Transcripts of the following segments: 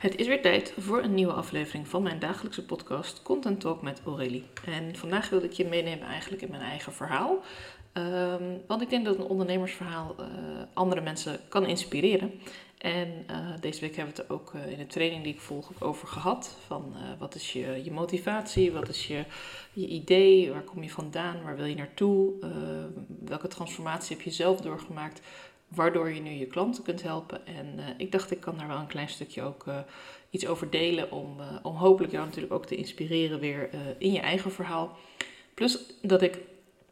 Het is weer tijd voor een nieuwe aflevering van mijn dagelijkse podcast Content Talk met Aurélie. En vandaag wilde ik je meenemen eigenlijk in mijn eigen verhaal. Want ik denk dat een ondernemersverhaal andere mensen kan inspireren. En deze week hebben we het er ook in de training die ik volg ook over gehad. Van wat is je motivatie, wat is je idee, waar kom je vandaan, waar wil je naartoe, welke transformatie heb je zelf doorgemaakt, waardoor je nu je klanten kunt helpen. En ik dacht, ik kan daar wel een klein stukje ook iets over delen om hopelijk jou natuurlijk ook te inspireren weer in je eigen verhaal. Plus dat ik,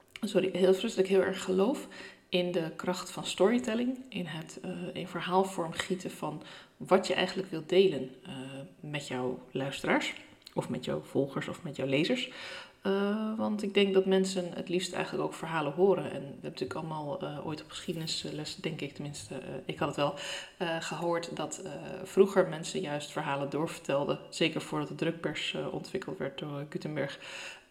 heel erg geloof in de kracht van storytelling, in het in verhaalvorm gieten van wat je eigenlijk wilt delen met jouw luisteraars, of met jouw volgers of met jouw lezers. Want ik denk dat mensen het liefst eigenlijk ook verhalen horen. En we hebben natuurlijk allemaal ooit op geschiedenisles, denk ik tenminste, ik had het wel gehoord dat vroeger mensen juist verhalen doorvertelden. Zeker voordat de drukpers ontwikkeld werd door Gutenberg.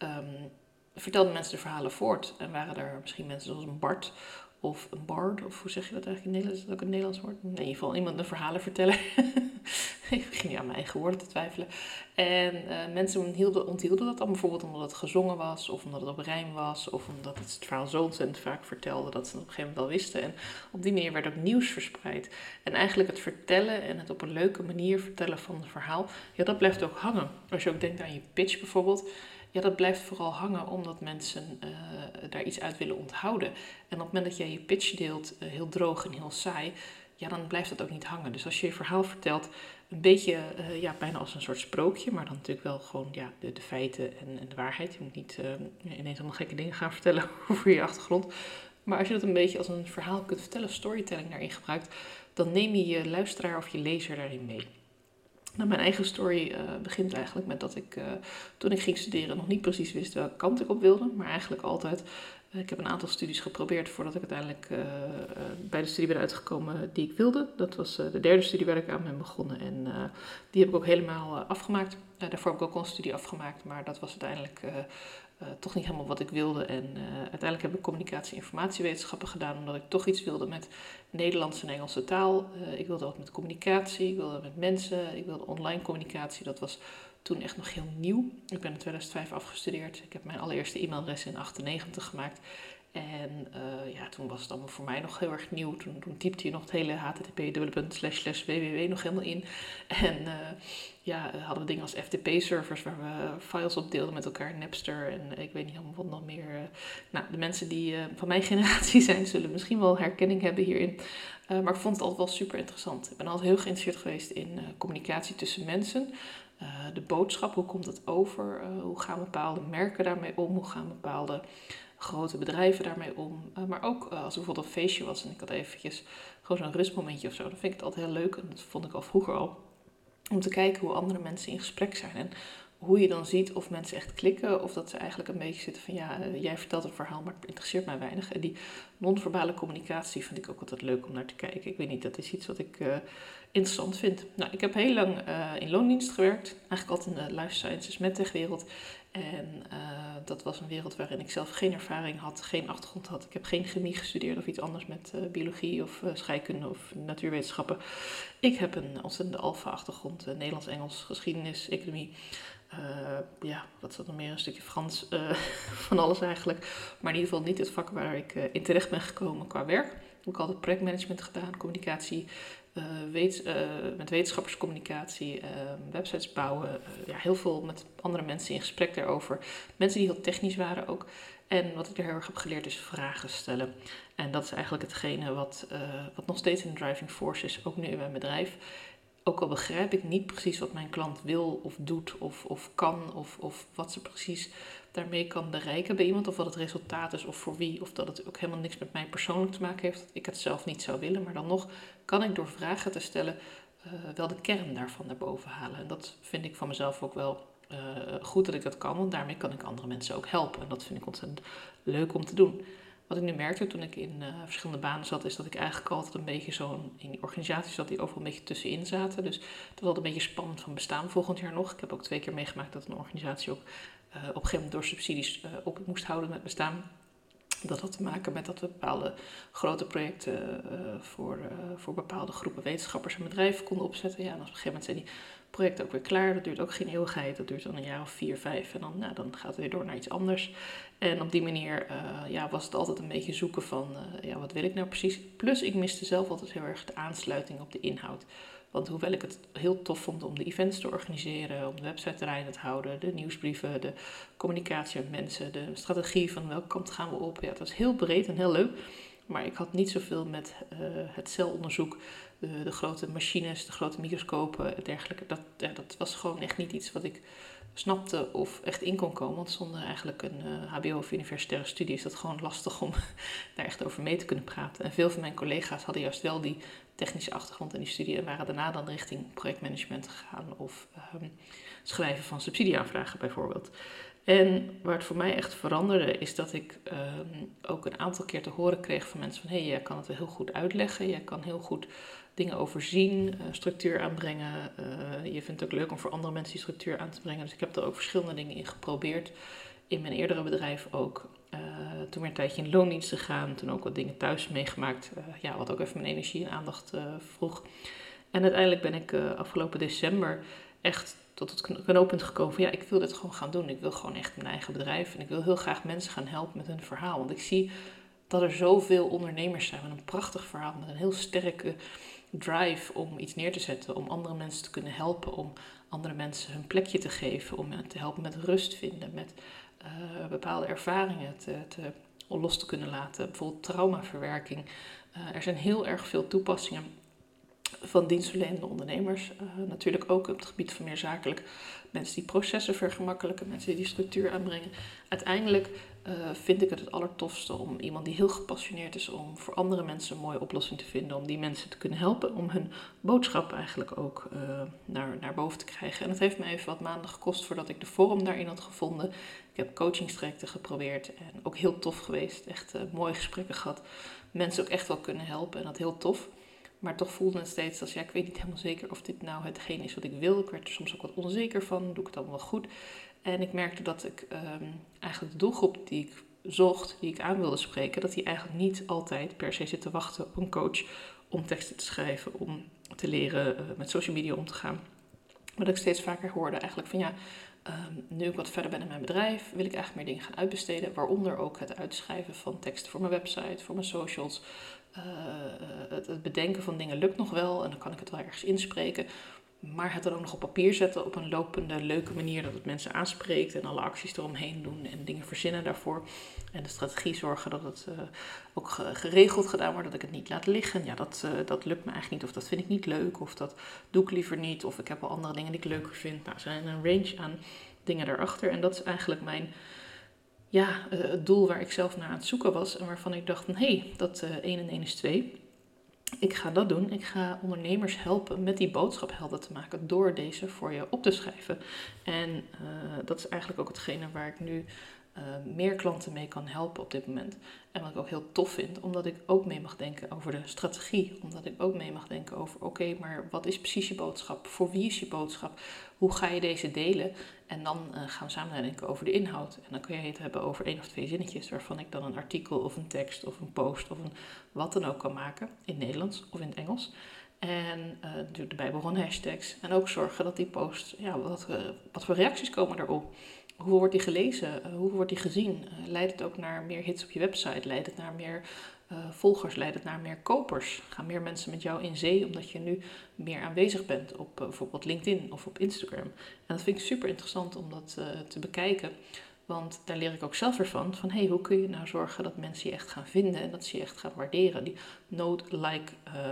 Vertelden mensen de verhalen voort. En waren er misschien mensen zoals een Bart of een bard, of hoe zeg je dat eigenlijk in Nederlands? Is dat ook een Nederlands woord? In ieder geval iemand een verhalen vertellen. Ik begin niet aan mijn eigen woorden te twijfelen. En mensen onthielden dat dan bijvoorbeeld omdat het gezongen was, of omdat het op rijm was, of omdat het verhaal zo ontzettend vaak vertelde dat ze het op een gegeven moment wel wisten. En op die manier werd ook nieuws verspreid. En eigenlijk het vertellen en het op een leuke manier vertellen van het verhaal, ja, dat blijft ook hangen. Als je ook denkt aan je pitch bijvoorbeeld, ja, dat blijft vooral hangen omdat mensen daar iets uit willen onthouden. En op het moment dat jij je pitch deelt, heel droog en heel saai, ja, dan blijft dat ook niet hangen. Dus als je je verhaal vertelt, een beetje bijna als een soort sprookje, maar dan natuurlijk wel gewoon de feiten en de waarheid. Je moet niet ineens allemaal gekke dingen gaan vertellen over je achtergrond. Maar als je dat een beetje als een verhaal kunt vertellen, storytelling daarin gebruikt, dan neem je je luisteraar of je lezer daarin mee. Nou, mijn eigen story begint eigenlijk met dat ik toen ik ging studeren nog niet precies wist welke kant ik op wilde, maar eigenlijk altijd. Ik heb een aantal studies geprobeerd voordat ik uiteindelijk bij de studie ben uitgekomen die ik wilde. Dat was de derde studie waar ik aan ben begonnen en die heb ik ook helemaal afgemaakt. Daarvoor heb ik ook al een studie afgemaakt, maar dat was uiteindelijk toch niet helemaal wat ik wilde. En uiteindelijk heb ik communicatie- en informatiewetenschappen gedaan, omdat ik toch iets wilde met Nederlandse en Engelse taal. Ik wilde wat met communicatie, ik wilde met mensen, ik wilde online communicatie. Dat was toen echt nog heel nieuw. Ik ben in 2005 afgestudeerd. Ik heb mijn allereerste e-mailadres in 1998 gemaakt. En toen was het allemaal voor mij nog heel erg nieuw. Toen typte je nog het hele http://www nog helemaal in. En hadden we dingen als FTP-servers waar we files op deelden met elkaar, Napster en ik weet niet helemaal wat nog meer. De mensen die van mijn generatie zijn, zullen misschien wel herkenning hebben hierin. Maar ik vond het altijd wel super interessant. Ik ben altijd heel geïnteresseerd geweest in communicatie tussen mensen. De boodschap, hoe komt het over? Hoe gaan bepaalde merken daarmee om? Hoe gaan bepaalde grote bedrijven daarmee om? Maar ook als er bijvoorbeeld een feestje was en ik had eventjes gewoon zo'n rustmomentje of zo. Dan vind ik het altijd heel leuk, en dat vond ik al vroeger al, om te kijken hoe andere mensen in gesprek zijn. En hoe je dan ziet of mensen echt klikken of dat ze eigenlijk een beetje zitten van jij vertelt een verhaal, maar het interesseert mij weinig. En die non-verbale communicatie vind ik ook altijd leuk om naar te kijken. Ik weet niet, dat is iets wat ik interessant vind. Nou, ik heb heel lang in loondienst gewerkt. Eigenlijk altijd in de life sciences medtech-wereld. En dat was een wereld waarin ik zelf geen ervaring had, geen achtergrond had. Ik heb geen chemie gestudeerd of iets anders met biologie of scheikunde of natuurwetenschappen. Ik heb een ontzettende alfa-achtergrond, Nederlands, Engels, geschiedenis, economie. Wat is dat nog meer? Een stukje Frans, van alles eigenlijk. Maar in ieder geval niet het vak waar ik in terecht ben gekomen qua werk. Ik heb altijd projectmanagement gedaan, communicatie, met wetenschapperscommunicatie, websites bouwen. Heel veel met andere mensen in gesprek daarover. Mensen die heel technisch waren ook. En wat ik er heel erg heb geleerd is vragen stellen. En dat is eigenlijk hetgene wat nog steeds een driving force is, ook nu in mijn bedrijf. Ook al begrijp ik niet precies wat mijn klant wil of doet of kan of wat ze precies daarmee kan bereiken bij iemand. Of wat het resultaat is of voor wie. Of dat het ook helemaal niks met mij persoonlijk te maken heeft. Dat ik het zelf niet zou willen. Maar dan nog kan ik door vragen te stellen wel de kern daarvan naar boven halen. En dat vind ik van mezelf ook wel goed dat ik dat kan. Want daarmee kan ik andere mensen ook helpen. En dat vind ik ontzettend leuk om te doen. Wat ik nu merkte toen ik in verschillende banen zat, is dat ik eigenlijk altijd een beetje in die organisaties zat die overal een beetje tussenin zaten. Dus het was altijd een beetje spannend van bestaan volgend jaar nog. Ik heb ook 2 keer meegemaakt dat een organisatie ook op een gegeven moment door subsidies op moest houden met bestaan. Dat had te maken met dat we bepaalde grote projecten voor bepaalde groepen wetenschappers en bedrijven konden opzetten. Ja, en op een gegeven moment zijn die projecten ook weer klaar. Dat duurt ook geen eeuwigheid, dat duurt dan een jaar of 4, 5 en dan gaat het weer door naar iets anders. En op die manier was het altijd een beetje zoeken van, wat wil ik nou precies? Plus ik miste zelf altijd heel erg de aansluiting op de inhoud. Want hoewel ik het heel tof vond om de events te organiseren, om de website erin te houden, de nieuwsbrieven, de communicatie met mensen, de strategie van welke kant gaan we op. Ja, het was heel breed en heel leuk. Maar ik had niet zoveel met het celonderzoek, de grote machines, de grote microscopen en dergelijke. Dat was gewoon echt niet iets wat ik snapte of echt in kon komen. Want zonder eigenlijk een hbo of universitaire studie is dat gewoon lastig om daar echt over mee te kunnen praten. En veel van mijn collega's hadden juist wel die technische achtergrond in die studie en waren daarna dan richting projectmanagement gegaan of schrijven van subsidieaanvragen bijvoorbeeld. En waar het voor mij echt veranderde is dat ik ook een aantal keer te horen kreeg van mensen van jij kan het wel heel goed uitleggen, jij kan heel goed dingen overzien, structuur aanbrengen. Je vindt het ook leuk om voor andere mensen die structuur aan te brengen. Dus ik heb er ook verschillende dingen in geprobeerd. In mijn eerdere bedrijf ook. Toen weer een tijdje in loondienst gegaan. Toen ook wat dingen thuis meegemaakt. Wat ook even mijn energie en aandacht vroeg. En uiteindelijk ben ik afgelopen december echt tot het knooppunt gekomen van ik wil dit gewoon gaan doen. Ik wil gewoon echt mijn eigen bedrijf. En ik wil heel graag mensen gaan helpen met hun verhaal. Want ik zie dat er zoveel ondernemers zijn met een prachtig verhaal. Met een heel sterke drive om iets neer te zetten. Om andere mensen te kunnen helpen. Om andere mensen hun plekje te geven. Om hen te helpen met rust vinden. Met bepaalde ervaringen los te kunnen laten. Bijvoorbeeld traumaverwerking. Er zijn heel erg veel toepassingen van dienstverlenende ondernemers. Natuurlijk ook op het gebied van meer zakelijk. Mensen die processen vergemakkelijken, mensen die structuur aanbrengen. Uiteindelijk vind ik het allertofste om iemand die heel gepassioneerd is om voor andere mensen een mooie oplossing te vinden. Om die mensen te kunnen helpen, om hun boodschap eigenlijk ook naar boven te krijgen. En het heeft me even wat maanden gekost voordat ik de vorm daarin had gevonden. Ik heb coachingstrajecten geprobeerd en ook heel tof geweest. Echt mooie gesprekken gehad. Mensen ook echt wel kunnen helpen en dat heel tof. Maar toch voelde het steeds als, ik weet niet helemaal zeker of dit nou hetgeen is wat ik wil. Ik werd er soms ook wat onzeker van, doe ik het allemaal wel goed. En ik merkte dat ik eigenlijk de doelgroep die ik zocht, die ik aan wilde spreken, dat die eigenlijk niet altijd per se zit te wachten op een coach om teksten te schrijven, om te leren met social media om te gaan. Maar dat ik steeds vaker hoorde eigenlijk van nu ik wat verder ben in mijn bedrijf, wil ik eigenlijk meer dingen gaan uitbesteden. Waaronder ook het uitschrijven van teksten voor mijn website, voor mijn socials. Het bedenken van dingen lukt nog wel en dan kan ik het wel ergens inspreken. Maar het dan ook nog op papier zetten op een lopende, leuke manier dat het mensen aanspreekt en alle acties eromheen doen en dingen verzinnen daarvoor. En de strategie zorgen dat het ook geregeld gedaan wordt, dat ik het niet laat liggen. Ja, dat lukt me eigenlijk niet of dat vind ik niet leuk of dat doe ik liever niet. Of ik heb wel andere dingen die ik leuker vind. Nou, er zijn een range aan dingen daarachter en dat is eigenlijk mijn het doel waar ik zelf naar aan het zoeken was. En waarvan ik dacht, dat 1 en 1 is 2. Ik ga dat doen. Ik ga ondernemers helpen met die boodschap helder te maken door deze voor je op te schrijven. En dat is eigenlijk ook hetgene waar ik nu meer klanten mee kan helpen op dit moment. En wat ik ook heel tof vind, omdat ik ook mee mag denken over de strategie. Omdat ik ook mee mag denken over, maar wat is precies je boodschap? Voor wie is je boodschap? Hoe ga je deze delen? En dan gaan we samen nadenken over de inhoud. En dan kun je het hebben over 1 of 2 zinnetjes, waarvan ik dan een artikel of een tekst of een post of een wat dan ook kan maken. In het Nederlands of in het Engels. En natuurlijk de bijbehorende hashtags. En ook zorgen dat die post, wat voor reacties komen erop? Hoe wordt die gelezen? Hoe wordt die gezien? Leidt het ook naar meer hits op je website? Leidt het naar meer volgers? Leidt het naar meer kopers? Gaan meer mensen met jou in zee omdat je nu meer aanwezig bent op bijvoorbeeld LinkedIn of op Instagram? En dat vind ik super interessant om dat te bekijken. Want daar leer ik ook zelf weer van hoe kun je nou zorgen dat mensen je echt gaan vinden en dat ze je echt gaan waarderen. Die know, like,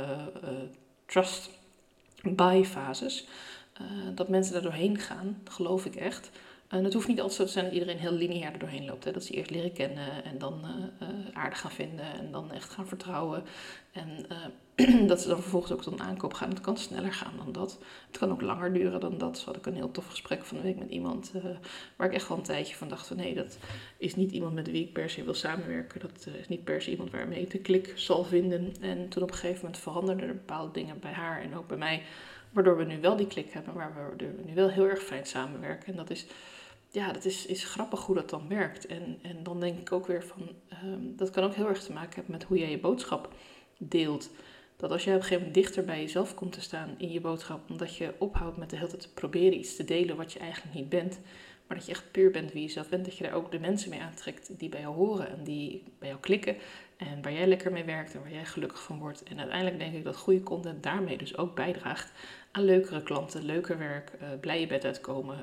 trust, buy fases. Dat mensen daar doorheen gaan, geloof ik echt. En het hoeft niet altijd zo te zijn dat iedereen heel lineair er doorheen loopt. Hè? Dat ze eerst leren kennen en dan aardig gaan vinden en dan echt gaan vertrouwen. En dat ze dan vervolgens ook tot een aankoop gaan. Het kan sneller gaan dan dat. Het kan ook langer duren dan dat. Zo had ik een heel tof gesprek van de week met iemand waar ik echt wel een tijdje van dacht van dat is niet iemand met wie ik per se wil samenwerken. Dat is niet per se iemand waarmee ik de klik zal vinden. En toen op een gegeven moment veranderden er bepaalde dingen bij haar en ook bij mij. Waardoor we nu wel die klik hebben, waardoor we nu wel heel erg fijn samenwerken. En dat is dat is grappig hoe dat dan werkt. En dan denk ik ook weer van, dat kan ook heel erg te maken hebben met hoe jij je boodschap deelt. Dat als jij op een gegeven moment dichter bij jezelf komt te staan in je boodschap, omdat je ophoudt met de hele tijd te proberen iets te delen wat je eigenlijk niet bent, maar dat je echt puur bent wie je zelf bent, dat je daar ook de mensen mee aantrekt die bij jou horen en die bij jou klikken en waar jij lekker mee werkt en waar jij gelukkig van wordt. En uiteindelijk denk ik dat goede content daarmee dus ook bijdraagt aan leukere klanten, leuker werk, blij je bed uitkomen.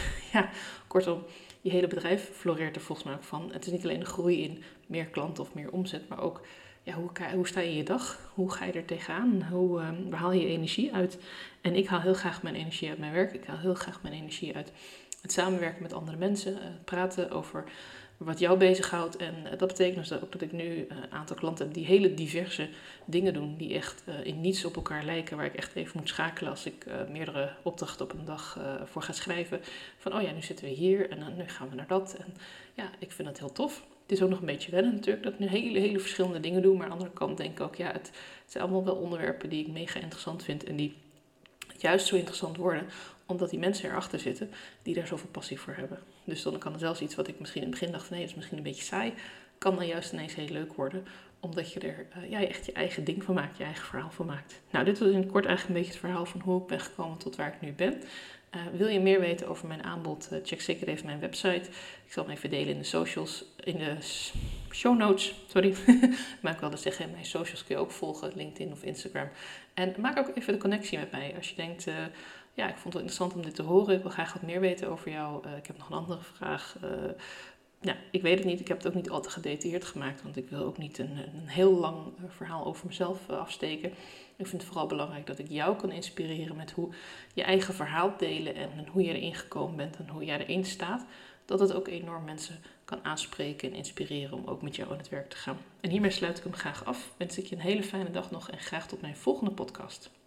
Kortom, je hele bedrijf floreert er volgens mij ook van. Het is niet alleen de groei in meer klanten of meer omzet, maar ook hoe sta je in je dag? Hoe ga je er tegenaan? Waar haal je je energie uit? En ik haal heel graag mijn energie uit mijn werk. Ik haal heel graag mijn energie uit het samenwerken met andere mensen. Praten over wat jou bezighoudt. En dat betekent dus ook dat ik nu een aantal klanten heb die hele diverse dingen doen. Die echt in niets op elkaar lijken. Waar ik echt even moet schakelen als ik meerdere opdrachten op een dag voor ga schrijven. Van nu zitten we hier en nu gaan we naar dat. En ik vind dat heel tof. Het is ook nog een beetje wennen natuurlijk dat ik nu hele verschillende dingen doe. Maar aan de andere kant denk ik ook, het zijn allemaal wel onderwerpen die ik mega interessant vind. En die juist zo interessant worden, omdat die mensen erachter zitten die daar zoveel passie voor hebben. Dus dan kan er zelfs iets wat ik misschien in het begin dacht, nee, dat is misschien een beetje saai, kan dan juist ineens heel leuk worden. Omdat je er echt je eigen ding van maakt, je eigen verhaal van maakt. Nou, dit was in het kort eigenlijk een beetje het verhaal van hoe ik ben gekomen tot waar ik nu ben. Wil je meer weten over mijn aanbod? Check zeker even mijn website. Ik zal hem even delen in de socials, in de show notes. Sorry. Maar ik wilde zeggen, mijn socials kun je ook volgen, LinkedIn of Instagram. En maak ook even de connectie met mij. Als je denkt, ik vond het wel interessant om dit te horen. Ik wil graag wat meer weten over jou. Ik heb nog een andere vraag. Ik weet het niet. Ik heb het ook niet al te gedetailleerd gemaakt. Want ik wil ook niet een heel lang verhaal over mezelf afsteken. Ik vind het vooral belangrijk dat ik jou kan inspireren met hoe je eigen verhaal delen en hoe je erin gekomen bent en hoe jij erin staat. Dat het ook enorm mensen kan aanspreken en inspireren om ook met jou aan het werk te gaan. En hiermee sluit ik hem graag af. Wens ik je een hele fijne dag nog en graag tot mijn volgende podcast.